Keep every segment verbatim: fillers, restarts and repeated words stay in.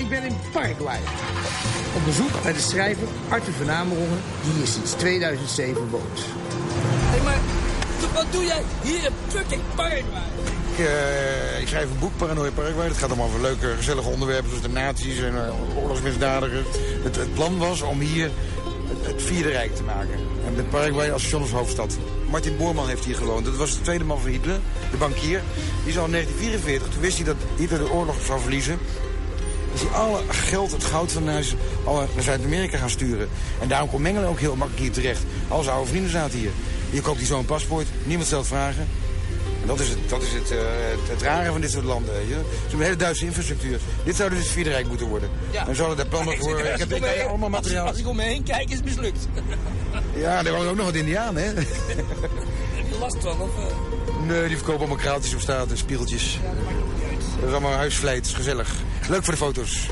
ben in Paraguay. Op bezoek bij de schrijver Arthur van Amerongen, die hier sinds tweeduizend zeven woont. Hé, hey, maar wat doe jij hier in fucking Paraguay? Ik, uh, ik schrijf een boek, Paranoia Paraguay. Het gaat allemaal over leuke, gezellige onderwerpen zoals de nazi's en uh, oorlogsmisdadigers. Het, het plan was om hier het, het Vierde Rijk te maken. En met Paraguay als hoofdstad. Martin Bormann heeft hier gewoond. Dat was de tweede man van Hitler, de bankier. Die zou in negentien vierenveertig, toen wist hij dat Hitler de oorlog zou verliezen, is hij alle geld, het goud van huis, alle naar Zuid-Amerika gaan sturen. En daarom kon Mengele ook heel makkelijk hier terecht. Al zijn oude vrienden zaten hier. Je koopt hier zo'n paspoort, niemand stelt vragen. En dat is het, dat is het, uh, het, het rare van dit soort landen. Weet je. Ze hebben een hele Duitse infrastructuur. Dit zou dus het Vierde Rijk moeten worden. Ja. En zouden daar plannen voor. Ik heb ik ik allemaal materiaal. Als ik om me heen kijk, is het mislukt. Ja, er wonen ook nog wat Indianen, hè? Heb je last van? Of, uh... Nee, die verkopen allemaal kraaltjes op straat en spiegeltjes. Ja, dat maakt niet uit. Dat is allemaal huisvlijt, dat is gezellig. Leuk voor de foto's.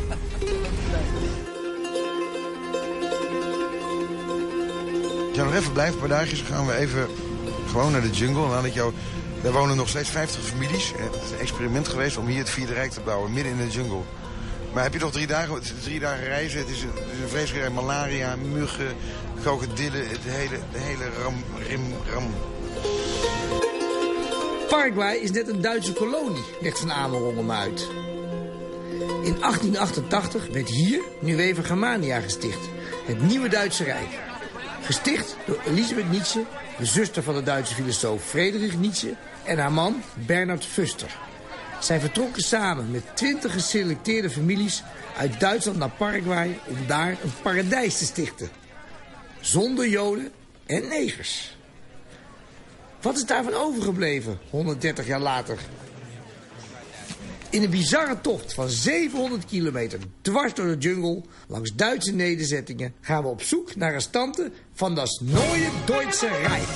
Als jij nog even blijft, een paar dagjes, gaan we even gewoon naar de jungle. En dan ik jou, daar wonen nog steeds vijftig families. Het is een experiment geweest om hier het Vierde Rijk te bouwen, midden in de jungle. Maar heb je nog drie dagen, het is drie dagen reizen, het is een, het is een vreselijke malaria, muggen, krokodillen, het hele, de hele ram, rim, ram. Paraguay is net een Duitse kolonie, legt Van Amerongen hem uit. In achttien achtentachtig werd hier Nueva Germania gesticht, het nieuwe Duitse Rijk. Gesticht door Elisabeth Nietzsche, de zuster van de Duitse filosoof Friedrich Nietzsche en haar man Bernhard Fuster. Zij vertrokken samen met twintig geselecteerde families uit Duitsland naar Paraguay om daar een paradijs te stichten. Zonder Joden en negers. Wat is daarvan overgebleven, honderddertig jaar later? In een bizarre tocht van zevenhonderd kilometer dwars door de jungle, langs Duitse nederzettingen, gaan we op zoek naar restanten van das neue Deutsche Reich.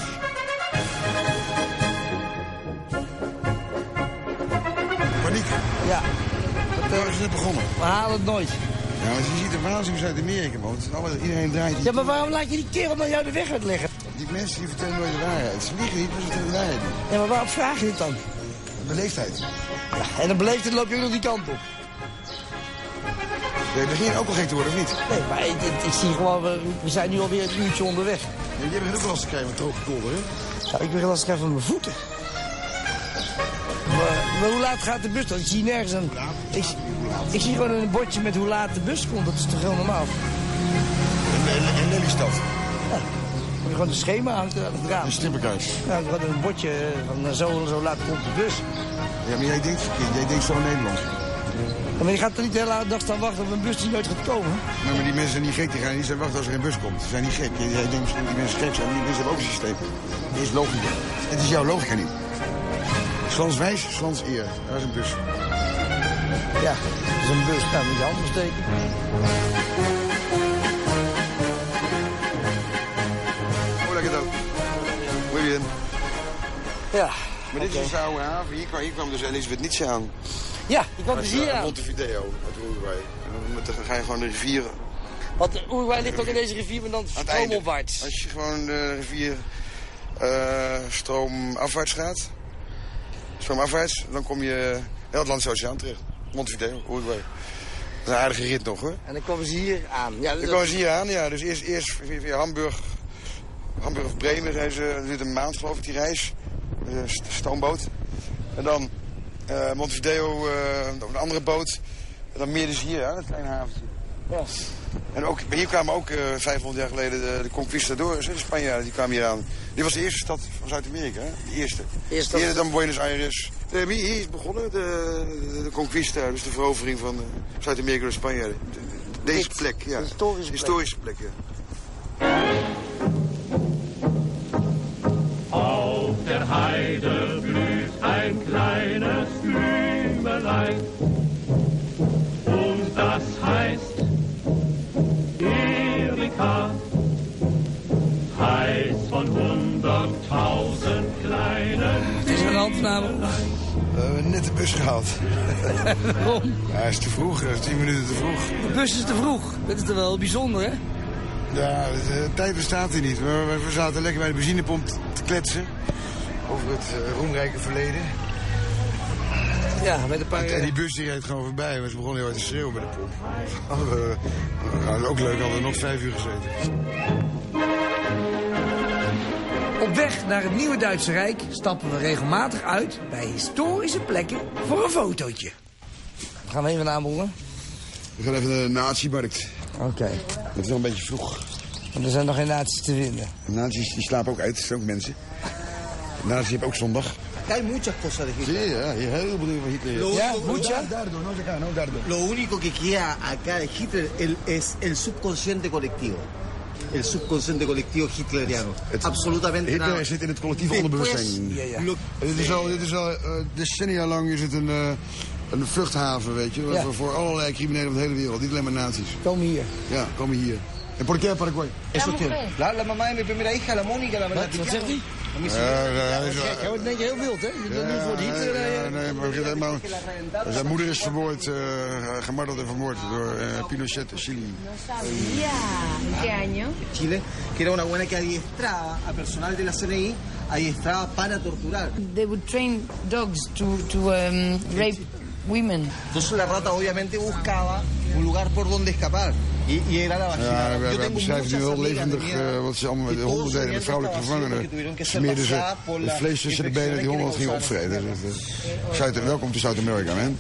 Paniek. Ja. Waar is het begonnen? We halen het nooit. Ja, maar je ziet er waanzinnig Zuid-Amerika woont. Iedereen draait. Ja, maar waarom laat je die kerel naar jou de weg uitleggen? Die mensen die vertellen nooit de waarheid. Ze liegen niet, maar ze vertellen de waarheid niet. Ja, maar waarom vraag je dit dan? Beleefdheid. Ja, en dan beleefdheid loop je ook nog die kant op. Je begint ook al gek te worden, of niet? Nee, maar ik, ik, ik zie gewoon, we, we zijn nu alweer een uurtje onderweg. Ja, jij begint ook last te krijgen met droge kolder, hè? Ja, ik begin last te krijgen van mijn voeten. Maar, maar hoe laat gaat de bus dan? Ik zie nergens een... Ik, ik zie gewoon een bordje met hoe laat de bus komt. Dat is toch heel normaal? In Lelystad. Ja. Moet je gewoon een schema hangt aan het raam. Een strippenkuis. Ja, gewoon een bordje van zo, zo laat komt de bus. Ja, maar jij denkt verkeerd. Jij denkt zo Nederlands. Ja, maar je gaat er niet de hele dag staan wachten op een bus die nooit gaat komen. Nou, maar die mensen zijn niet gek. Die gaan niet staan wachten als er een bus komt. Ze zijn niet gek. Jij denkt misschien dat die mensen gek zijn. Maar die mensen hebben ook een systeem. Dat is logica. Het is jouw logica niet. Slans wijs, slans eer. Daar is een bus. Ja, dat is een bus. Nou, moet je hand steken. Oh, lekker dat. Muy bien. Ja. Maar dit okay. is een oude haven. Hier kwam, hier kwam dus Elisabeth Nietzsche aan. Ja, die kwam dus hier aan. Montevideo, uit Uruguay. En dan ga je gewoon de rivier... Want Uruguay ligt ook in deze rivier, maar dan stroomopwaarts. Als je gewoon de rivier uh, stroomafwaarts gaat, stroomafwaarts, dan kom je heel het Atlantische Oceaan terecht. Montevideo, Uruguay. Dat is een aardige rit nog, hoor. En dan komen ze hier aan. Ja, dan komen ze hier aan, ja. Dus eerst, eerst via, via Hamburg, Hamburg of Bremen zijn ze, dat duurt een maand geloof ik, die reis. De stoomboot. En dan uh, Montevideo uh, op een andere boot. En dan meer dus hier, hè, dat kleine haventje. Ja. En ook, hier kwamen ook uh, vijfhonderd jaar geleden de, de conquistadores, de Spanjaarden, die kwamen hier aan. Dit was de eerste stad van Zuid-Amerika, hè? De eerste. Eerste Eerder dan Buenos Aires. Nee, hier, hier is begonnen, de, de, de conquista, dus de verovering van uh, Zuid-Amerika door de Spanjaarden. De, de, deze plek, ja. De historische plek. Historische plek, ja. Auf der Heide blüht ein kleines Blümelein und das heißt Erika, heiß von hunderttausend kleinen. Het is een handname. We hebben net de bus gehaald. Waarom? Ja, hij is te vroeg, hij is tien minuten te vroeg. De bus is te vroeg. Dat is toch wel bijzonder, hè? Ja, de tijd bestaat hier niet. We, we zaten lekker bij de benzinepomp te kletsen over het uh, roemrijke verleden. Ja, met een paar... En die bus die reed gewoon voorbij. Maar ze begonnen heel hard te schreeuwen bij de pomp. Hadden we, nou, ook leuk, hadden we nog vijf uur gezeten. Op weg naar het nieuwe Duitse Rijk stappen we regelmatig uit bij historische plekken voor een fotootje. Gaan we even naar Amerongen? We gaan even naar de nazi-markt. Oké. Okay. Dat is nog een beetje vroeg. Want er zijn nog geen nazi's te vinden. De nazi's die slapen ook uit, dat zijn ook mensen. De nazi's hebben ook zondag. Hay muchas cosas de Hitler. Sí, ja, heel veel dingen van Hitler. Ja, mucha. Dardo, no se no dardo. Lo único que queda acá de Hitler el, es el subconsciente colectivo. El subconsciente colectivo hitleriano. Het, Absolutamente Hitler nada. zit in het collectieve onderbewustzijn. Ja, ja. Dit is al, dit is al uh, decennia lang is het een, uh, een vluchthaven, weet je. Ja. Voor, voor allerlei criminelen van de hele wereld. Niet alleen maar nazi's. Komen hier. Ja, komen hier. En por qué Paraguay? Eso que la, la mamá de mi primera hija, la Mónica, la Wat, wat zegt hij? Ja, ja, Kijk, hij wordt in één keer heel wild, hè? Je doet nu voor de Hitler. Ja, nee, maar, maar, maar zijn moeder is vermoord, uh, gemarteld en vermoord door uh, Pinochet in Chili. Ya, ¿en qué año? Chile, que era una buena que adiestraba a personal de la C N I, adiestraba para torturar. They would train dogs to, to um, rape women. Entonces la rata obviamente buscaba un lugar por donde escapar. Y, y era la vagina. Ja, we, we beschrijven nu heel levendig uh, wat ze allemaal met de honden deden, met vrouwelijke gevangenen. Smeerden ze het vlees tussen de benen die honden gingen opvreten. Zuid, welkom to Zuid-Amerika, man.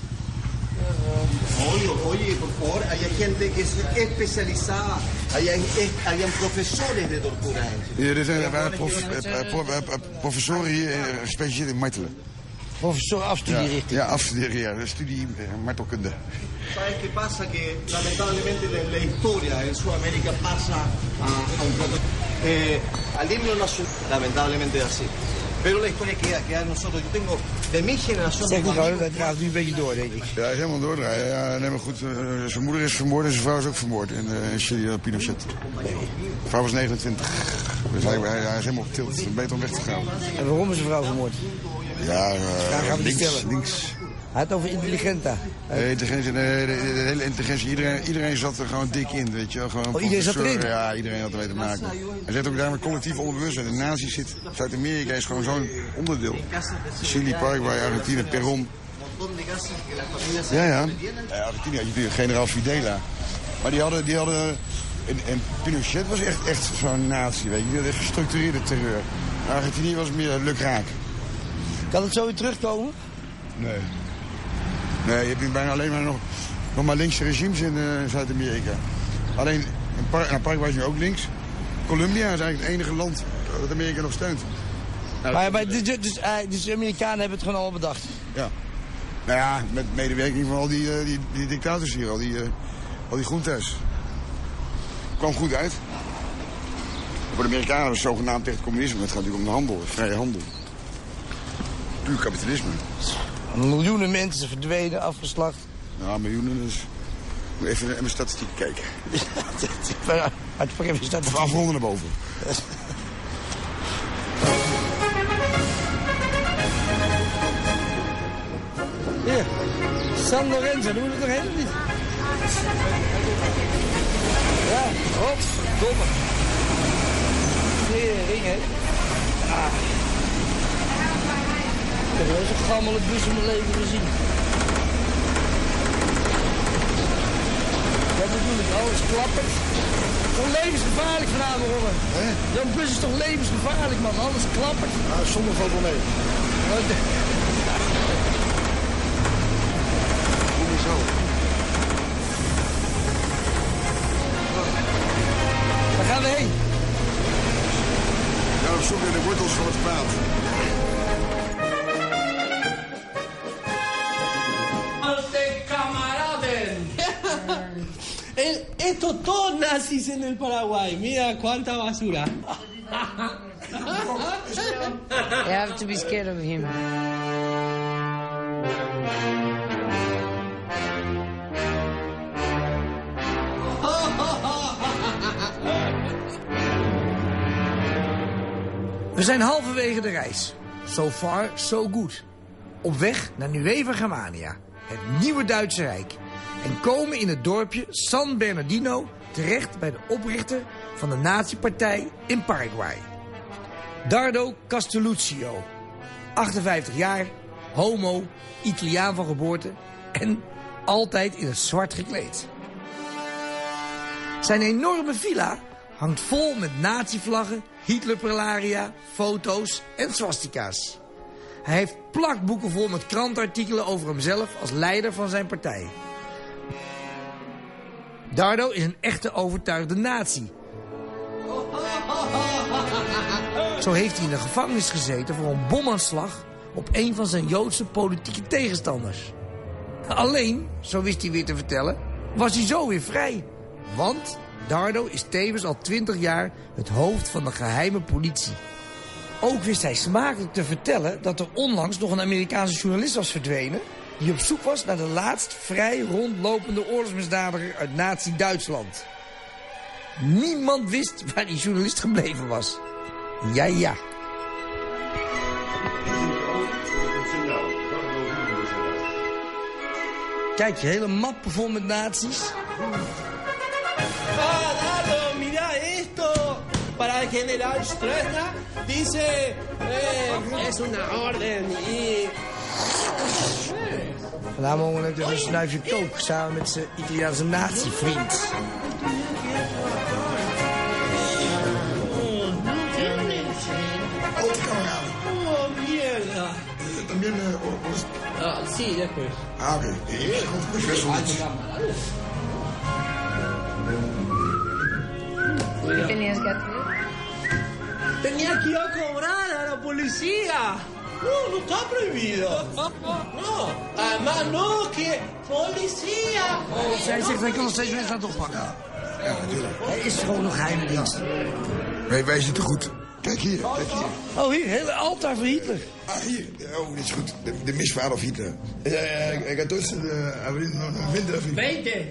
Oye, oye, por favor, hay gente que es especializada, hay, hay profesores de tortura. Ja, er zijn prof, prof, professoren hier gespecialiseerd in martelen. Professor afstudierichting. Ja, ja, afstuderen, ja, de studie martelkunde. ¿Sabes qué pasa? Que lamentablemente la, la historia en Sudamérica pasa a, a un poco eh, al himno nacional, lamentablemente es así. Pero la historia queda, queda en nosotros. Yo tengo de mi generación... Zeg niet gewoon, dat gaat nu een beetje door, denk ik. Ja, hij is helemaal door. Ja, nee, maar goed, uh, zijn moeder is vermoord en zijn vrouw is ook vermoord in, uh, in Chili, uh, Pinochet. De vrouw was negenentwintig. Dus hij, hij, hij is helemaal getild. Beter om weg te gaan. En waarom is zijn vrouw vermoord? Ja, uh, gaan we links, stellen. links. Hij had het over intelligenta. Nee, intelligentie, nee, de, de, de hele intelligentie, iedereen, iedereen zat er gewoon dik in, weet je wel. Gewoon oh, iedereen zat erin? Ja, iedereen had ermee te maken. Hij zit ook daar met collectief onderbewustzijn. De nazi's zit, Zuid-Amerika is gewoon zo'n onderdeel. Chili, Paraguay, Argentinië, Peron. Ja, ja. Ja, Argentinië had je natuurlijk generaal Fidela. Maar die hadden, die hadden, en, en Pinochet was echt, echt zo'n nazi, weet je. Die had echt gestructureerde terreur. Argentinië was meer lukraak. Kan het zo weer terugkomen? Nee. Nee, je hebt nu bijna alleen maar nog, nog maar linkse regimes in uh, Zuid-Amerika. Alleen, in Par nou, Paraguay is nu ook links. Colombia is eigenlijk het enige land dat Amerika nog steunt. Nou, maar maar dus, dus, uh, dus de Amerikanen hebben het gewoon al bedacht? Ja. Nou ja, met medewerking van al die, uh, die, die dictators hier, al die, uh, al die juntas. Kwam goed uit. Voor de Amerikanen was het zogenaamd tegen het communisme. Het gaat natuurlijk om de handel, vrije handel. Puur kapitalisme. Miljoenen mensen verdwenen, afgeslacht. Ja, miljoenen dus. Moet even naar mijn statistiek kijken. Uitpak even statistiek. Of afronden naar boven. Hier, San Lorenzo, daar moet het nog heen of niet? Ja, godverdomme. Tering, hè? Ah. Ik heb wel zo'n gammele bus in mijn leven gezien. Dat bedoel ik, alles klappert. Gewoon levensgevaarlijk vanavond, hoor. Zo'n bus is toch levensgevaarlijk, man. Alles klappert. Ja, zonder valt wel mee. Kom eens zo. Waar gaan we heen? Ja, op zoek naar de wortels van het kwaad. El, estos todos nazis en el Paraguay. Mira cuánta basura. You have to be scared of him. We zijn halverwege de reis. So far, so good. Op weg naar Nueva Germania, het nieuwe Duitse Rijk. En komen in het dorpje San Bernardino terecht bij de oprichter van de nazi-partij in Paraguay. Dardo Castelluccio, achtenvijftig jaar, homo, Italiaan van geboorte en altijd in het zwart gekleed. Zijn enorme villa hangt vol met nazi-vlaggen, Hitlerprelaria, foto's en swastika's. Hij heeft plakboeken vol met krantartikelen over hemzelf als leider van zijn partij. Dardo is een echte overtuigde nazi. Zo heeft hij in de gevangenis gezeten voor een bomaanslag op een van zijn Joodse politieke tegenstanders. Alleen, zo wist hij weer te vertellen, was hij zo weer vrij. Want Dardo is tevens al twintig jaar het hoofd van de geheime politie. Ook wist hij smakelijk te vertellen dat er onlangs nog een Amerikaanse journalist was verdwenen die op zoek was naar de laatst vrij rondlopende oorlogsmisdadiger uit Nazi-Duitsland. Niemand wist waar die journalist gebleven was. Ja, ja. Kijk, je hele mappen vol met nazi's. Ah, Dardo, mira esto. Para el general Stroessner dice, eh, es una orden y... Vanavond heeft hij een snuifje kook samen met zijn Italiaanse nazi-vriend. Oh, mierda. También, uh, Ah, sí, después. ah, ok. Pues best wel iets. ¿Qué tenías que hacer? Tenía que ir a cobrar a la policía. No, no está prohibido. No, además no, que policía. Zij zegt, hij kan nog steeds mensen laten oppakken. Ja, natuurlijk. Hij is gewoon nog geheime dienst. Wij, wij zitten goed. Kijk hier, kijk hier. Oh, hier, hele altaar voor Hitler. Ah, hier. Oh, dit is goed. De, de misvader of Hitler. Eh, catorce de abril, no, no, veinte de abril. veinte.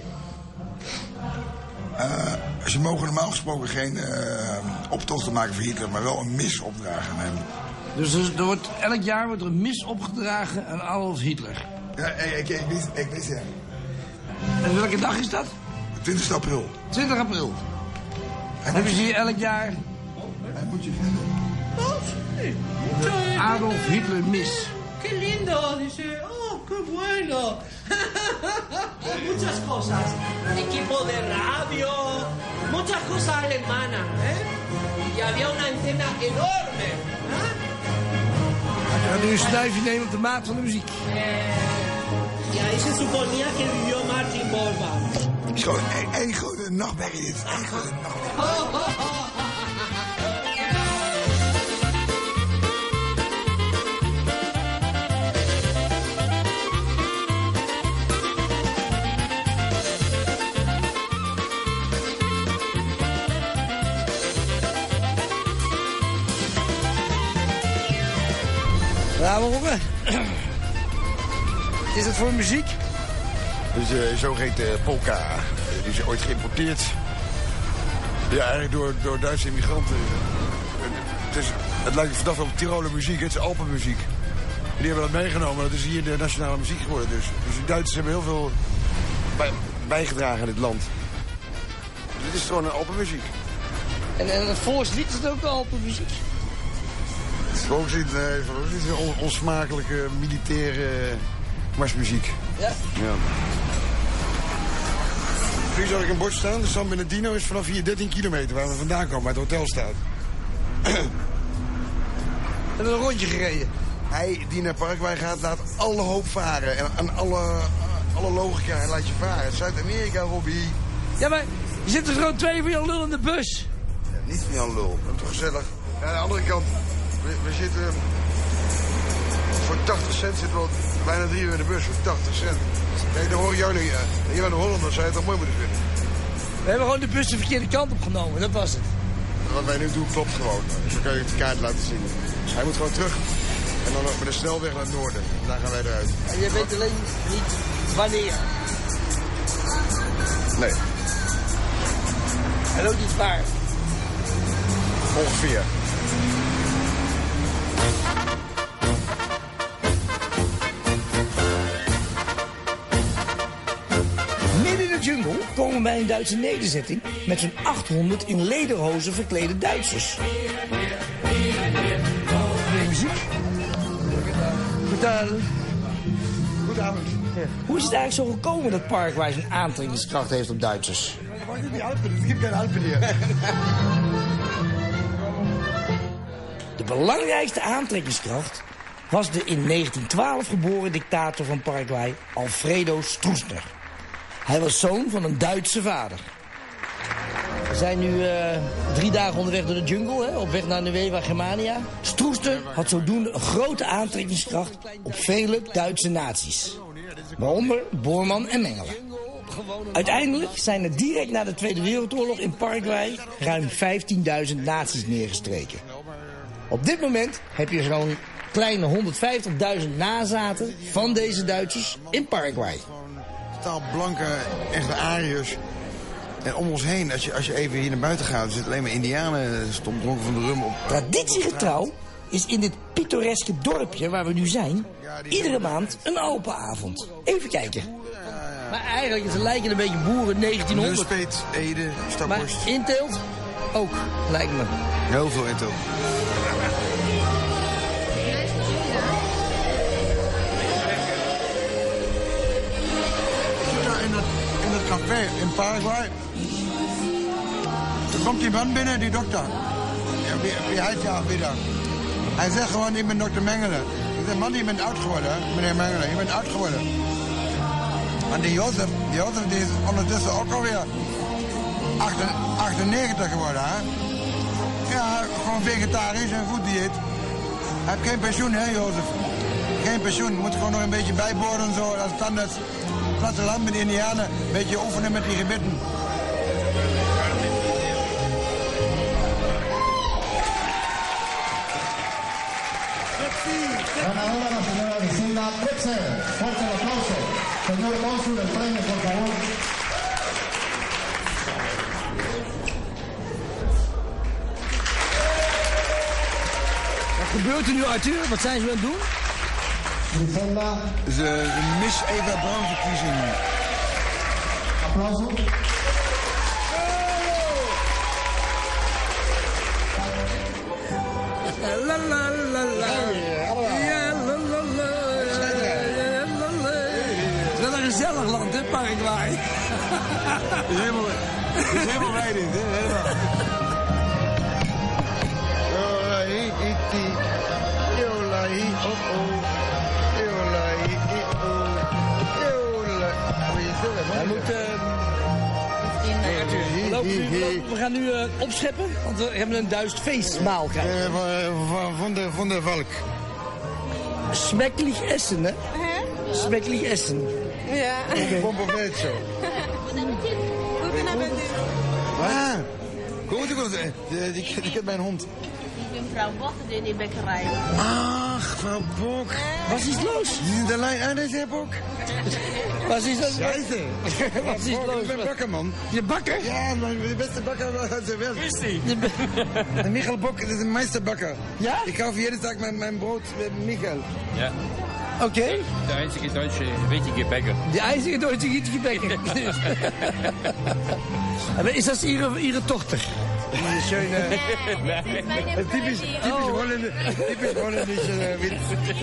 Uh, ze mogen normaal gesproken geen uh, optochten maken voor Hitler, maar wel een mis opdragen aan hem. Dus er, er wordt, elk jaar wordt er een mis opgedragen aan Adolf Hitler. Ja, ik, ik, ik, weet, ik weet het. En welke dag is dat? twintigste april. twintig april. Hij Hebben ze hier elk jaar Hij moet je vinden. Oh, sí. de Adolf Hitler mis. Qué lindo, dice, oh, qué bueno. Muchas cosas. Equipo de radio, muchas cosas alemanas, ¿eh? Y había una antena enorme. ¿eh? Je gaat nu een snuifje nemen op de maat van de muziek. Y ahí se suponía que vivió Martin Bormann. Het is gewoon één, één grote nachtmerrie dit. Één grote nachtmerrie. Laten we horen. Is dat voor muziek? Dus uh, zogeheten polka. Uh, die is ooit geïmporteerd. Ja, eigenlijk door, door Duitse immigranten. Uh, het, is, het lijkt verdacht op Tiroler muziek. Het is Alpenmuziek. Die hebben dat meegenomen. Dat is hier de nationale muziek geworden. Dus, dus de Duitsers hebben heel veel bij, bijgedragen aan dit land. Dus dit is gewoon een Alpenmuziek. En, en het volkslied is het ook de Alpenmuziek? Het volkslied, nee, het volkslied is een on, onsmakelijke militaire marsmuziek. Ja. Ja. Nu zag ik een bord staan. De San Bernardino is vanaf hier dertien kilometer waar we vandaan komen, waar het hotel staat. En een rondje gereden. Hij die naar Paraguay gaat, laat alle hoop varen. En aan alle, alle logica, hij laat je varen. Zuid-Amerika, Robbie. Ja, maar je zit er gewoon twee van jouw lul in de bus. Ja, niet van Jan Lul, dat is toch gezellig. Ja, aan de andere kant, we, we zitten... Voor tachtig cent zitten we al bijna drie uur in de bus, voor tachtig cent. Kijk, dan hoor ik jou nu. Ja. Je bent een Hollander, zou je het toch mooi moeten vinden. We hebben gewoon de bus de verkeerde kant op genomen, dat was het. Wat wij nu doen klopt gewoon. Zo kan je de kaart laten zien. Hij moet gewoon terug. En dan met de snelweg naar het noorden. En daar gaan wij eruit. En je weet alleen niet wanneer. Nee, En ook niet waar. ongeveer. Midden in de jungle komen we bij een Duitse nederzetting met zo'n achthonderd in lederhozen verklede Duitsers. Weer muziek. Tal. Goedenavond. Ja. Hoe is het eigenlijk zo gekomen dat Paraguay zo'n aantrekkingskracht heeft op Duitsers? Die Alpen, het gibt geen Alpen hier. De belangrijkste aantrekkingskracht was de in negentien twaalf geboren dictator van Paraguay, Alfredo Stroessner. Hij was zoon van een Duitse vader. We zijn nu uh, drie dagen onderweg door de jungle, hè, op weg naar Nueva Germania. Stroessner had zodoende een grote aantrekkingskracht op vele Duitse naties. Waaronder Bormann en Mengele. Uiteindelijk zijn er direct na de Tweede Wereldoorlog in Paraguay ruim vijftienduizend nazi's neergestreken. Op dit moment heb je zo'n kleine honderdvijftigduizend nazaten van deze Duitsers in Paraguay. Totaal blanke, echte Ariërs. En om ons heen, als je, als je even hier naar buiten gaat, er zitten alleen maar Indianen, stom dronken van de rum op. Traditiegetrouw is in dit pittoreske dorpje waar we nu zijn iedere maand een open avond. Even kijken. Maar eigenlijk, ze lijken een beetje boeren negentienhonderd. Neuspeet, Ede, Staphorst. Maar inteelt ook, lijkt me. Heel veel inteelt. In dat, in dat café in Paraguay. Er komt die man binnen, die dokter. Ja, wie, wie heet je ook weer? Hij zegt gewoon, ik ben dokter Mengele. Ik zeg, man, je bent oud geworden, hè? Meneer Mengele, je bent oud geworden. En die Jozef, die Jozef die is ondertussen ook alweer achtennegentig geworden, hè? Ja, gewoon vegetarisch en goed dieet. Hij heeft geen pensioen, hè, Jozef? Geen pensioen, moet gewoon nog een beetje bijboren en zo. Als standaard platteland met Indianen, een beetje oefenen met die gebitten. Ganadora la señora Lucinda Wexler. Fuerte el aplauso. Señor cónsul, el premio, por favor. Wat gebeurt er nu, Arthur? Wat zijn ze aan het doen? Lucinda. De Miss Eva Braun verkiezing. Aplauso. La la la la. Ja, la la la. Het is wel een gezellig land, hè, Paraguay. Het is helemaal, het is helemaal wijdend, hè? Helemaal. Hij moet... Uh... We, lopen nu, we, lopen, we gaan nu uh, opscheppen, want we hebben een duizend feestmaal krijgen. Uh, van, van, de, van de valk. Smakelijk essen, hè? Hè? Smakelijk essen. Ja. Pompovetto. Goedenavond. Ah, goed, ik heb mijn hond. Ik ben mevrouw Botten in die bekkerij. Ach, vrouw Bok. Wat is los? Die zijn de lijn aan deze Bok. Wat is dat? Scheisse. Wat is los? Ik ben bakker, man. Je bakker? Ja, de beste bakker ter wereld. Wie is die? De Michael Bok, dat is een meesterbakker. Ja? Ik kaufe jeden Tag mijn, mijn brood met Michael. Ja. Oké. Okay. De einzige deutsche richtige Bäcker. De einzige deutsche richtige Bäcker. Is dat ihre, ihre dochter? Die schöne... Nee, nee. Typisch, typisch oh. Holländisch, typisch holländische Witz.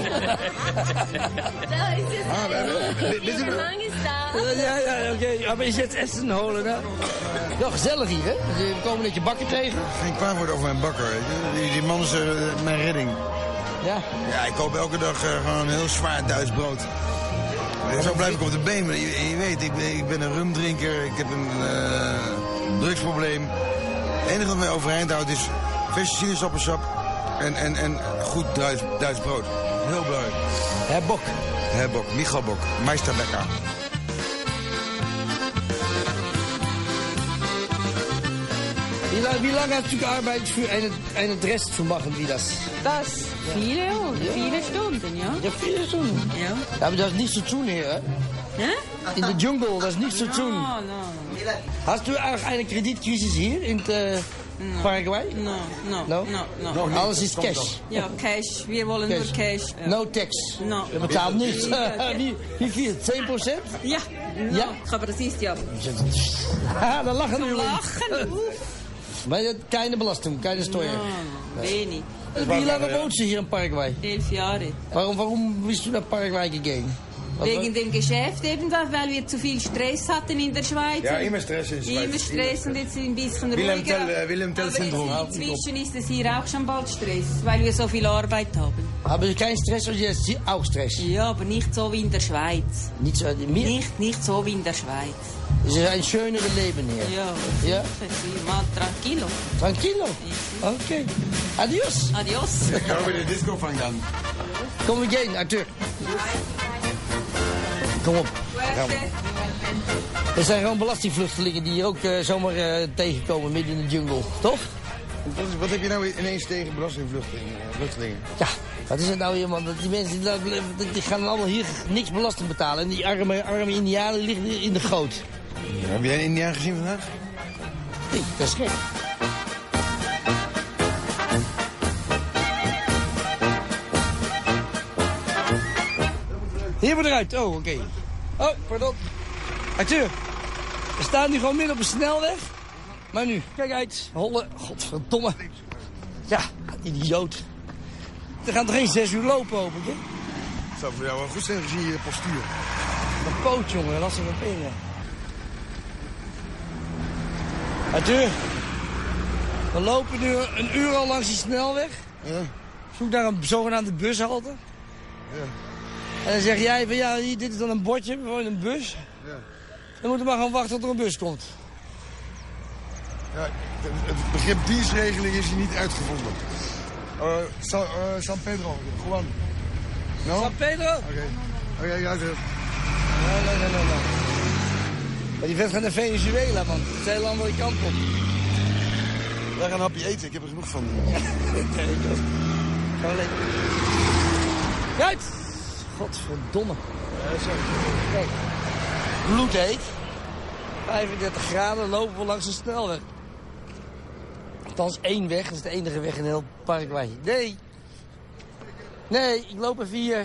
Ah, bisschen lang ist da. Ja, ja, oké. Okay. Maar is jetzt Essen holen, hè? Wel gezellig hier, hè? We komen net je bakker tegen. Geen kwaad worden over mijn bakker. Die, die man is uh, mijn redding. Ja. Ja, ik koop elke dag uh, gewoon een heel zwaar Duits brood. En zo blijf ik op de been. Maar je, je weet, ik ben, ik ben een rumdrinker. Ik heb een uh, drugsprobleem. Het enige wat mij overeind houdt is verse sinaasappelsap en, en, en goed Duits, Duits brood. Heel belangrijk. Herr Bok. Herr Bok, Michael Bok, Meisterbäcker. Wie lange, wie lange hast du gearbeitet für eine, eine Dress zu machen wie das? Das? Viele, ja. viele Stunden, ja. Ja, viele Stunden. Ja. Ja, aber das ist nichts zu tun hier, Hä? In der Dschungel, das ist nichts zu tun. No, no. Hast du auch eine Kreditkrisis hier in uh, no. Paraguay? No, no, no, no, no. no. Alles is cash. Ja, cash. Wir wollen cash. Nur cash. Ja. No tax. No. Je betaalt niets. wie, wie viel? zehn procent? Ja. No. Ja? Aber das ist ja... Ah, da lachen wir. Lachen. Maar keine Belastung, keine Steuer. No, wenig. Wie lange woont ze hier in Paraguay? Elf Jahre. Warum, warum bist du nach Paraguay gegangen? Wegen dem Geschäft eben, weil wir zu viel Stress hatten in der Schweiz. Ja, immer Stress in der Schweiz. Immer Stress und jetzt ein bisschen Willem ruhiger. Tell, äh, Willem Tell-Syndrom. Aber inzwischen ist es hier auch schon bald Stress, weil wir so viel Arbeit haben. Haben Sie keinen Stress oder jetzt hier auch Stress? Ja, aber nicht so wie in der Schweiz. Nicht so, nicht, nicht so wie in der Schweiz. Es ist ein schöneres Leben hier. Ja, ja? Mal tranquilo. Tranquilo? Okay. Adios. Adios. Ja, aber de disco vangt aan. Kom we gaan, Arthur. Kom op. Er zijn gewoon belastingvluchtelingen die hier ook uh, zomaar uh, tegenkomen midden in de jungle, toch? Wat, is, wat heb je nou ineens tegen belastingvluchtelingen? Ja, wat is het nou hier, man? Dat die mensen die, die gaan allemaal hier niks belasting betalen. En die arme, arme indianen liggen hier in de goot. Ja, heb jij een indiaan gezien vandaag? Nee, dat is gek. Hier we eruit. Oh, oké. Okay. Oh, pardon. Arthur, we staan nu gewoon midden op een snelweg. Maar nu, kijk uit. Holle, godverdomme. Ja, idioot. We gaan toch geen zes uur lopen, hoop ik, hè? Het zou voor jou wel goed zijn gezien je postuur. Een poot, jongen. Lastig van penen. Arthur, we lopen nu een uur al langs die snelweg. Ja. Zoek naar een zogenaamde bushalte. Ja. En dan zeg jij van ja, hier, dit is dan een bordje, gewoon een bus. Ja. Dan moeten we maar gaan wachten tot er een bus komt. Ja, het, het begrip dienstregeling is hier niet uitgevonden. Uh, San, uh, San Pedro, Juan. No? San Pedro? Oké, okay. oké, okay, ja, zeg. Nee, nee, nee, nee, nee. Maar die vent gaat naar Venezuela, man. Het is een hele andere kant op. Wij gaan een hapje eten, ik heb er genoeg van. Gaan we lekker. Kijk! Godverdomme. Ja, zo. Kijk. Bloedheet. vijfendertig graden lopen we langs een snelweg. Althans één weg, dat is de enige weg in heel Paraguay. Nee. Nee, ik loop even hier.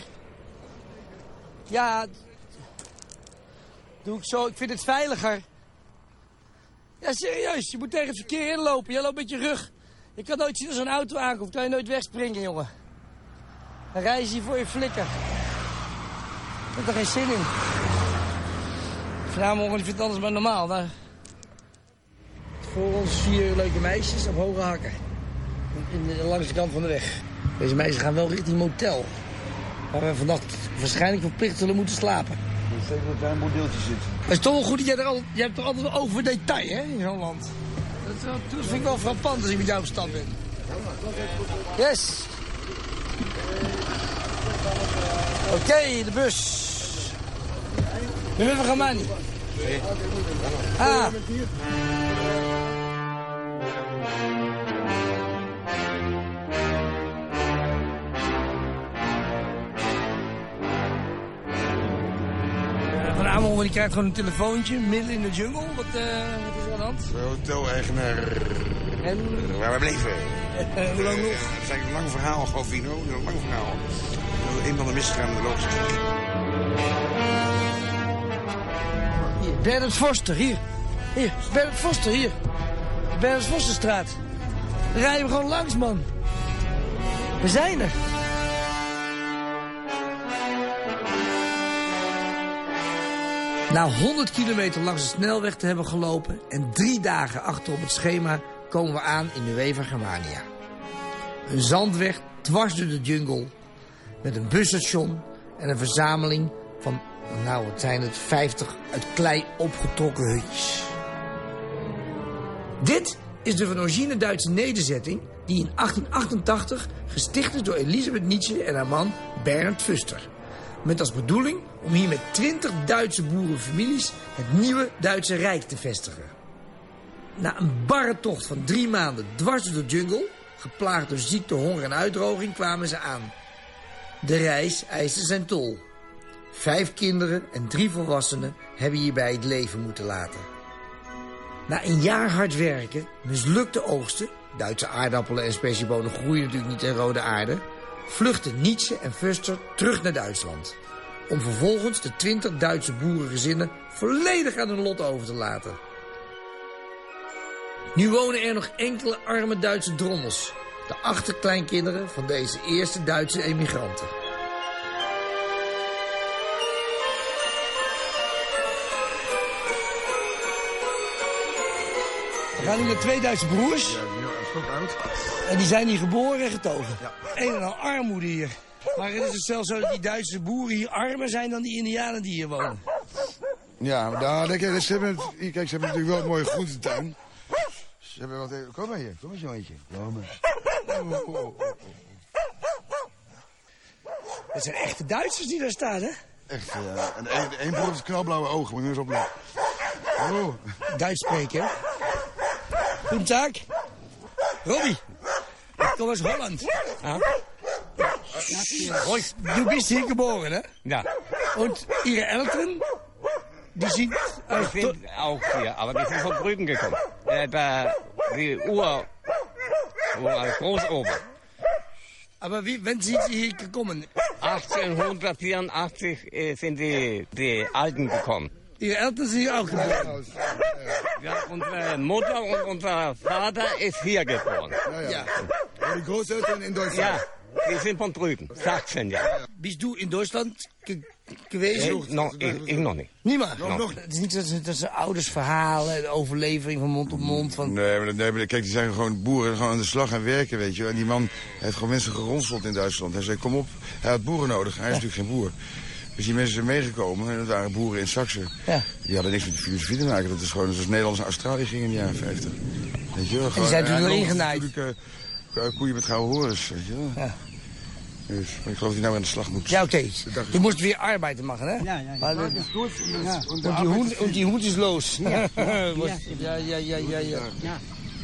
Ja. Doe ik zo, ik vind het veiliger. Ja, serieus, je moet tegen het verkeer inlopen. Jij loopt met je rug. Je kan nooit zien als een auto aankomt, kan je nooit wegspringen, jongen. Dan rij je hier voor je flikker. Ik heb er geen zin in. Vanavond vindt het anders maar normaal. Nou, voor ons vier leuke meisjes op hoge hakken. In de, langs de kant van de weg. Deze meisjes gaan wel richting motel. Waar we vannacht waarschijnlijk verplicht zullen moeten slapen. Ik denk dat daar een modeltje zit. Het is toch wel goed dat jij er al... Je hebt toch altijd wel oog voor detail, hè, in zo'n land. Dat, dat, dat vind ik wel frappant als ik met jou op stap ben. Yes. Oké, okay, de bus. Nu even gaan maar niet. Ah. Van Amel, die krijgt gewoon een telefoontje midden in de jungle. Wat, uh, wat is er aan de hand? De hotel-eigenaar. En? Waar we bleven. Uh, hoe lang nog? Het is eigenlijk een lang verhaal, Govino. Een lang verhaal. Een van de misgegaan in de logistiek. Hier, Bernard Forster, hier. Hier, Bernard Forster, hier. Bernard Forsterstraat. Daar rijden we gewoon langs, man. We zijn er. Na honderd kilometer langs de snelweg te hebben gelopen en drie dagen achter op het schema komen we aan in Nueva Germania. Een zandweg dwars door de jungle met een busstation en een verzameling van, nou wat zijn het, vijftig uit klei opgetrokken hutjes. Dit is de van origine Duitse nederzetting die in achttien achtentachtig gesticht is door Elisabeth Nietzsche en haar man Bernard Fuster. Met als bedoeling om hier met twintig Duitse boerenfamilies het nieuwe Duitse Rijk te vestigen. Na een barre tocht van drie maanden dwars door de jungle, geplaagd door ziekte, honger en uitdroging, kwamen ze aan. De reis eiste zijn tol. Vijf kinderen en drie volwassenen hebben hierbij het leven moeten laten. Na een jaar hard werken, mislukte oogsten, Duitse aardappelen en speciebonen groeien natuurlijk niet in rode aarde, vluchtten Nietzsche en Fuster terug naar Duitsland. Om vervolgens de twintig Duitse boerengezinnen volledig aan hun lot over te laten. Nu wonen er nog enkele arme Duitse drommels. De achterkleinkinderen van deze eerste Duitse emigranten. We gaan nu naar twee Duitse broers. Ja, dat is ook oud. En die zijn hier geboren en getogen. Ja. Een en al armoede hier. Maar het is dus zelfs zo dat die Duitse boeren hier armer zijn dan die Indianen die hier wonen. Ja, maar daar, kijk, ze hebben, kijk, ze hebben natuurlijk wel een mooie groentetuin. Ze hebben wat even... Kom maar hier, kom eens jongetje. Kom maar. Oh, oh, oh, oh. Het zijn echte Duitsers die daar staan, hè? Echt, ja. En één, één broer heeft knalblauwe ogen, moet je eens opletten. Oh. Duits spreken, hè? Goedendag. Robbie. Ik kom uit Holland. Ja. Du bist hier geboren, hè? Ja. Und ihre Eltern, die sind... Ich bin auch hier, aber die sind von Brüggen gekommen. Äh, da, die Ur... Ur Großober. Aber wie, wann sind Sie hier gekommen? achtzehnhundertvierundachtzig äh, sind die, die Alten gekommen. Ihre Eltern sind hier auch geboren? Ja, unsere Mutter und unser Vater ist hier geboren. Ja, ja. ja. Die Großeltern in Deutschland? Ja, die sind von Brüggen, sechzehn Jahre. Bist du in Deutschland ge geweest? Ik, nog, ik, ik nog niet. Niemand? Nog, nog. Het is niet dat ze, dat ze ouders verhalen, de overlevering van mond op mond. Van... Nee, maar, nee, maar kijk, die zijn gewoon boeren, gewoon aan de slag en werken, weet je. En die man heeft gewoon mensen geronseld in Duitsland. Hij zei, kom op, hij had boeren nodig. Hij is ja. natuurlijk geen boer. Dus die mensen zijn meegekomen en dat waren boeren in Saxe. Ja. Die hadden niks met de filosofie te maken. Dat is gewoon zoals Nederland naar Australië ging in de jaren vijftig. Weet je wel? En die zijn toen erin genaaid. Natuurlijk uh, koeien met gouden horens, weet je wel. Ja. Dus, maar ik geloof dat hij nou aan de slag moet. Ja, oké. Okay. Du musst weer arbeiten machen, hè? Ja, ja, ja. Maar, dat is goed. Ja. En die hoed, en die hoed is los. Ja, ja, ja, ja, ja, ja, ja. ja.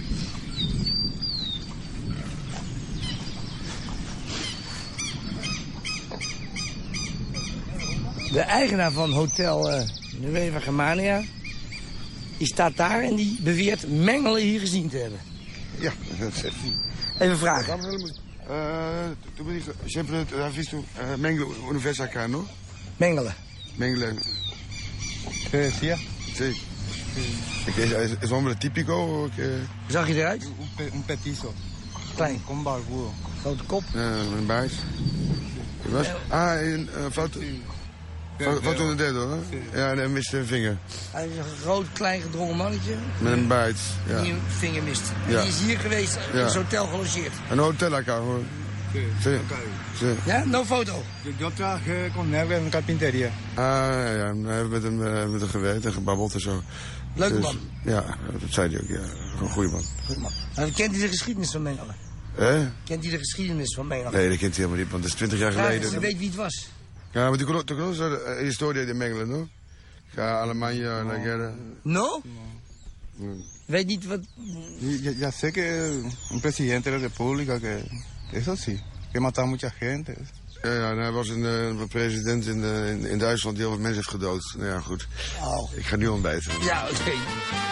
De eigenaar van Hotel uh, Nueva Germania, die staat daar en die beweert Mengele hier gezien te hebben. Ja, dat zegt hij. Even vragen. Uh, tu me dijo, siempre has visto uh, Mengele una vez acá, ¿no? Mengele. Mengele. ¿Qué decía? Sí. ¿Es, es, es hombre típico? O que... Hoe zag je eruit? Un, pe un petizo. Klein. Con barbudo. Grote kop. Uh, een baard. Was? Ah, een uh, foto. Foto in de derde, hoor. Ja, en hij miste een vinger. Hij is een groot, klein, gedrongen mannetje. Met een baard, ja. Die een vinger mist. Ja. Die is hier geweest, in ja. het hotel gelogeerd. Een hotel acá, hoor. Sí, sí. sí. Ja, no foto. Yo, yo trabajé con él en carpintería. Ah, ja, ja. We hebben met hem, uh, met hem gewerkt en gebabbeld en zo. Leuke dus, man. Ja, dat zei hij ook, ja. Een goede man. Goeie man. Maar kent hij de geschiedenis van Mengele? Eh? Kent hij de geschiedenis van Mengele? Nee, dat kent hij helemaal niet, want dat is twintig jaar geleden. Ja, ze weet wie het was. Ja, maar tu conoces la historia de Mengele, no? Ja, Alemania, la guerra. No? no. Weet niet wat... Ya, ya sé que un presidente de la república, que eso sí, que mataba mucha gente. Ja, ja, hij was een, een president in, in, in Duitsland die heel veel mensen heeft gedood. Nou ja, goed. Oh. Ik ga nu ontbijten. Ja, oké. Okay.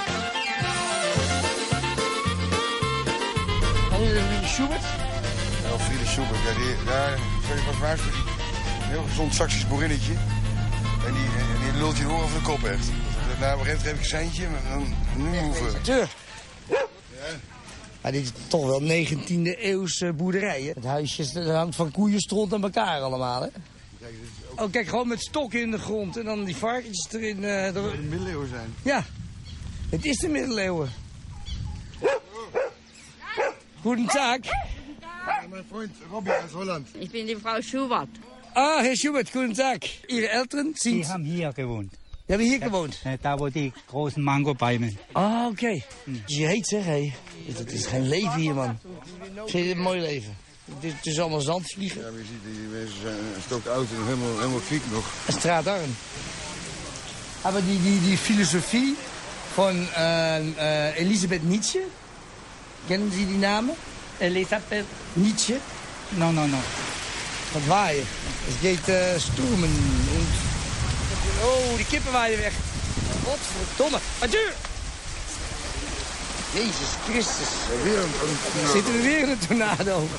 En nu de Schubert? Ja, Friede Schubert. Ja, die, ja, ik was waarschuwen. Een heel gezond Saksisch boerinnetje. En die, en die lult je oren over de kop echt. Na een gegeven geef ik een seintje, maar dan nu hoeven. Tuur. Ja. Maar dit is toch wel negentiende eeuwse boerderij, hè? Het huisje hangt van koeienstront aan elkaar allemaal, hè? Oh, kijk, gewoon met stokken in de grond en dan die varkentjes erin. Uh, Het zou de middeleeuwen zijn. Ja, het is de middeleeuwen. Goedendag. Ja, mijn vriend Robbie uit Holland. Ich bin die Frau Schubert. Ah, Herr Schubert, guten Tag. Ihre Eltern sind... Die haben hier gewohnt. Die hebben hier gewoond? Ja, da wo die großen Mangobäume. Ah, oké. Okay. Hm. Je heet zeg, hé. Het is geen leven hier, man. Vind je dit een mooi leven? Het is, het is allemaal zandvliegen. Ja, maar je ziet, die mensen zijn een stok oud en helemaal, helemaal kwiek nog. Een straatarm. Maar die, die, die filosofie van uh, uh, Elisabeth Nietzsche. Kennen Sie die namen? Elisabeth Nietzsche? No, no, no. Wat waaien. Het geht uh, stormen. Oh, die kippen waaien weg. Wat verdomme. Adieu! Jezus Christus. Ja, weer een, een zitten we weer in een tornado.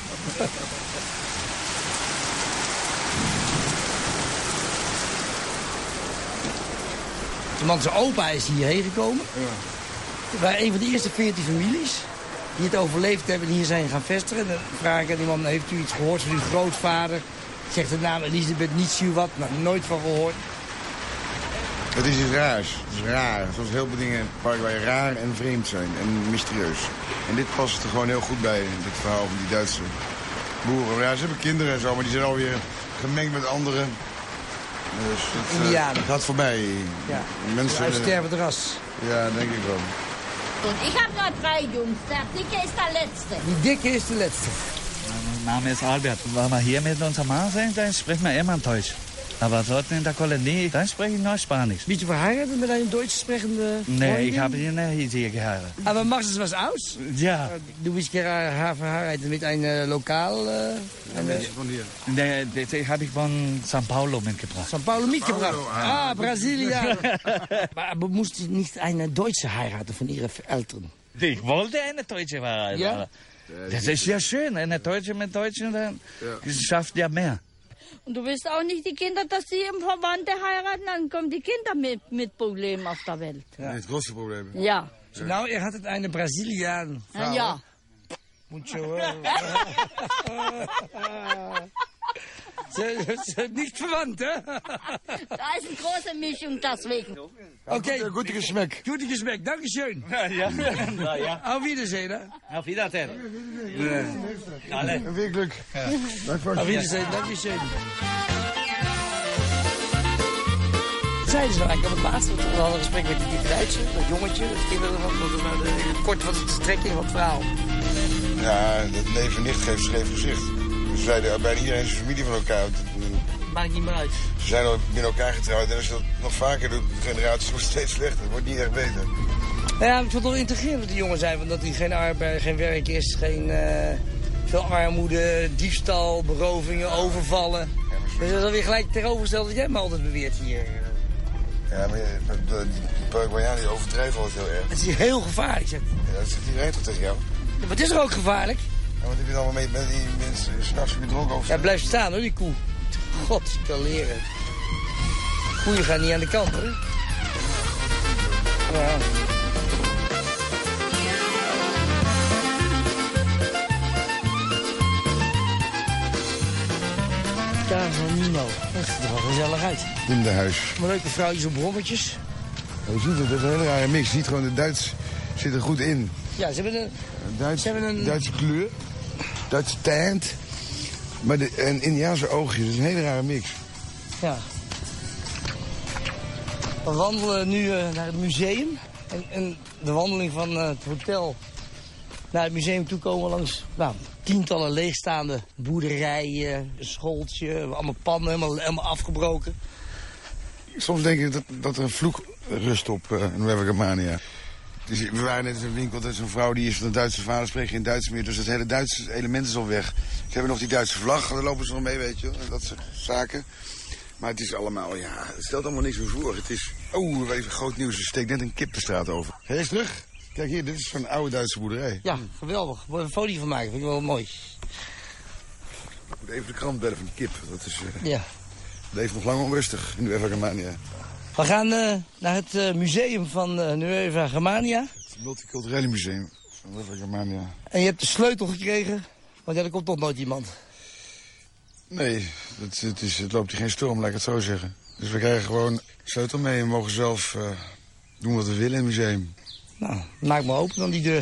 De man zijn opa is hierheen gekomen. Ja. Bij een van de eerste veertien families. die het overleefd hebben en hier zijn gaan vestigen. Dan vraag ik aan die man, heeft u iets gehoord van uw grootvader? Zegt de naam Elisabeth Nietzsche-wat, nou, nooit van gehoord. Het is iets raars. Het is raar. Zoals heel veel dingen in het Paraguay raar en vreemd zijn en mysterieus. En dit past er gewoon heel goed bij, dit verhaal van die Duitse boeren. Ja, ze hebben kinderen en zo, maar die zijn alweer gemengd met anderen. Dus het uh, gaat voorbij. Ja, mensen een stervend ras. Ja, denk ik wel. Und ich habe noch drei Jungs. Der Dicke ist der Letzte. Die Dicke ist der Letzte. Mein Name ist Albert. Wenn wir hier mit unserem Mann sind, dann sprechen wir immer Deutsch. Aber dort in der Kolonie, dann spreche ich nur Spanisch. Bist du verheiratet mit einem deutsch sprechenden Freundin? Nee, ich habe ihn hier geheiratet. Aber machst du was aus? Ja. Du bist gerade verheiratet mit einem Lokal... Äh, eine... Nee, die habe ich von São Paulo mitgebracht. São Paulo mitgebracht? Ah, Brasilien. Aber musst du nicht eine Deutsche heiraten von ihren Eltern? Ich wollte eine Deutsche heiraten. Ja? Das ist ja schön, eine Deutsche mit Deutschen, dann ja. schafft ja mehr. Und du willst auch nicht die Kinder, dass sie im Verwandte heiraten, dann kommen die Kinder mit, mit Problemen auf der Welt. Ja, het grootste probleem. Ja. So, nou, er had het een Braziliaan. Ja. ja. Mucho. Ze sind nicht verwandt, hè? Da ist eine große Mischung, deswegen. Okay. Ja, gute Geschmack. Gute Geschmack, dankeschön. Ja, ja. ja, ja. Auf Wiedersehen, hè? Auf Wiedersehen. Ja. Alle. Veel geluk. Ja. Auf Wiedersehen, dankeschön. Zeiden ze nou eigenlijk op het laatste? We hadden een gesprek met die Duitse, dat jongetje, dat kinderen, wat, wat, kort wat de strekking van het verhaal. Ja, het leven nicht geeft scheef gezicht. Ze zeiden, bijna iedereen is familie van elkaar. Maakt niet meer uit. Ze zijn al binnen elkaar getrouwd en als je dat nog vaker doet, de generatie wordt steeds slechter. Het wordt niet echt beter. Nou ja, ik vond het wel integreren dat die jongen zijn, want dat hij geen arbeid, geen werk is, geen uh, veel armoede, diefstal, berovingen, overvallen. Ja, dus dat is alweer gelijk tegenovergesteld dat jij me altijd beweert hier. Ja, maar de Paraguayanen die overdrijven altijd heel erg. Het is heel gevaarlijk, zeg. Ja, dat zegt iedereen toch tegen jou? Ja, maar het is er ook gevaarlijk. Ja, wat heb je dan allemaal mee met die mensen s'nachts weer dronken over? Ja, blijf staan hoor, die koe. God, ik kan leren. Koeien gaan niet aan de kant hoor. Ja. Daar is wel Nino. Dat ziet er wel gezellig uit. In de huis. Maar leuke vrouwtjes op brommetjes. Ja, je ziet het, dat is een hele rare mix. Je ziet gewoon, de Duits zit er goed in. Ja, ze hebben een... Duits, ze hebben een... Duitse kleur, Duitse tint. Maar de, en Indiaanse oogjes, dat is een hele rare mix. Ja. We wandelen nu uh, naar het museum. En, en de wandeling van uh, het hotel naar het museum toe komen langs nou, tientallen leegstaande boerderijen, een schooltje, allemaal pannen, helemaal, helemaal afgebroken. Soms denk ik dat, dat er een vloek rust op uh, Nueva Germania. Dus we waren net in een winkel, dat is een vrouw die is van een Duitse vader, spreekt geen Duits meer. Dus het hele Duitse element is al weg. Ze hebben nog die Duitse vlag, daar lopen ze nog mee, weet je wel. Dat soort zaken. Maar het is allemaal, ja, het stelt allemaal niks meer voor. Het is, oh, even groot nieuws, er steekt net een kip de straat over. Hé, is terug. Kijk hier, dit is van een oude Duitse boerderij. Ja, geweldig. Moet er een foto van maken, vind ik wel mooi. Ik moet even de krant bellen van de kip. Dat is, uh, ja. leeft nog lang onrustig in Nueva Germania. We gaan uh, naar het uh, museum van uh, Nueva Germania. Het multiculturele museum van Nueva Germania. En je hebt de sleutel gekregen, want ja, er komt toch nooit iemand. Nee, het, het, is, het loopt hier geen storm, laat ik het zo zeggen. Dus we krijgen gewoon de sleutel mee en mogen zelf uh, doen wat we willen in het museum. Nou, maak maar open dan die deur.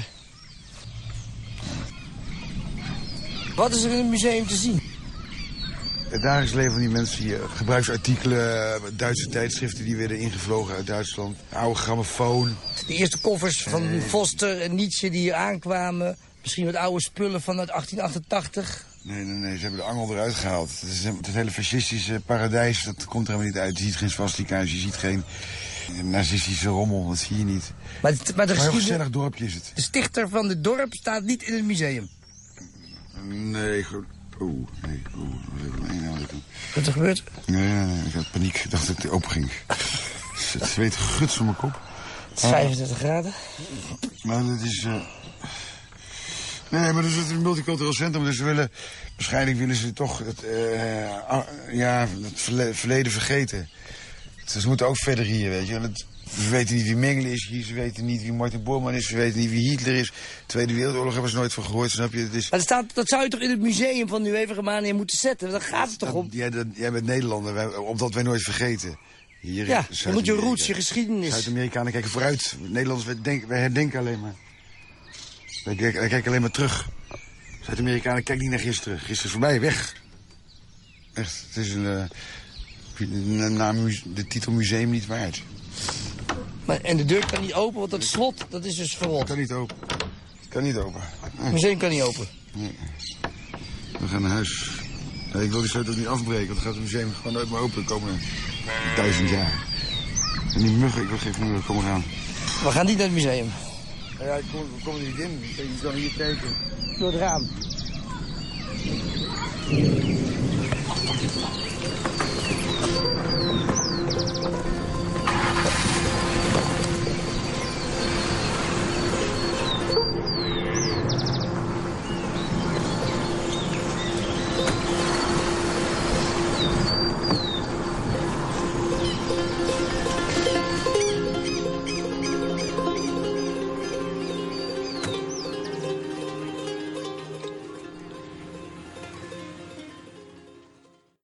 Wat is er in het museum te zien? Het dagelijks leven van die mensen hier. Gebruiksartikelen, Duitse tijdschriften die werden ingevlogen uit Duitsland. Oude grammofoon. De eerste koffers van nee. Foster en Nietzsche die hier aankwamen. Misschien wat oude spullen vanuit achttien achtentachtig. Nee, nee, nee. Ze hebben de angel eruit gehaald. Het, is, het hele fascistische paradijs, dat komt er helemaal niet uit. Je ziet geen swastika's, je ziet geen nazistische rommel. Dat zie je niet. Maar, het, maar, de maar een heel gezellig dorpje is het. De stichter van het dorp staat niet in het museum. Nee, goed. Oeh, nee, oeh, wat heb ik Wat er gebeurt? Nee, nee, nee, ik had paniek. Ik dacht dat het open ging. Het zweet guts van mijn kop. Het is vijfendertig graden. Maar het is... Uh... Nee, maar dat is een multicultureel centrum. Dus ze willen... Waarschijnlijk willen ze toch het, uh, ja, het verleden vergeten. Ze moeten ook verder hier, weet je. Het we weten niet wie Mengele is hier, ze weten niet wie Martin Bormann is, ze weten niet wie Hitler is. Tweede Wereldoorlog hebben ze nooit van gehoord, snap je? Het is... Maar dat, staat, dat zou je toch in het museum van Nueva Germania moeten zetten? Daar gaat het toch om? Ja, dat, jij bent Nederlander, wij, omdat wij nooit vergeten. Hier ja, dan moet je roots, je geschiedenis. Zuid-Amerikanen kijken vooruit. Nederlanders, wij, denk, wij herdenken alleen maar. Wij, wij kijken alleen maar terug. Zuid-Amerikanen kijken niet naar gisteren. Gisteren is voorbij, weg. Echt, het is een, uh, naam, de titel museum niet waard. Maar, en de deur kan niet open, want dat slot, dat is dus verrot. Het kan niet open. Het kan niet open. Nee. Het museum kan niet open. Nee. We gaan naar huis. Nee, ik wil die sleutel niet afbreken, want dan gaat het museum gewoon nooit meer open de komende duizend jaar. En die muggen, ik wil geen muggen, kom eraan. We gaan niet naar het museum. Ja, ik kom, we komen er niet in. Je kan hier kijken. Door het raam.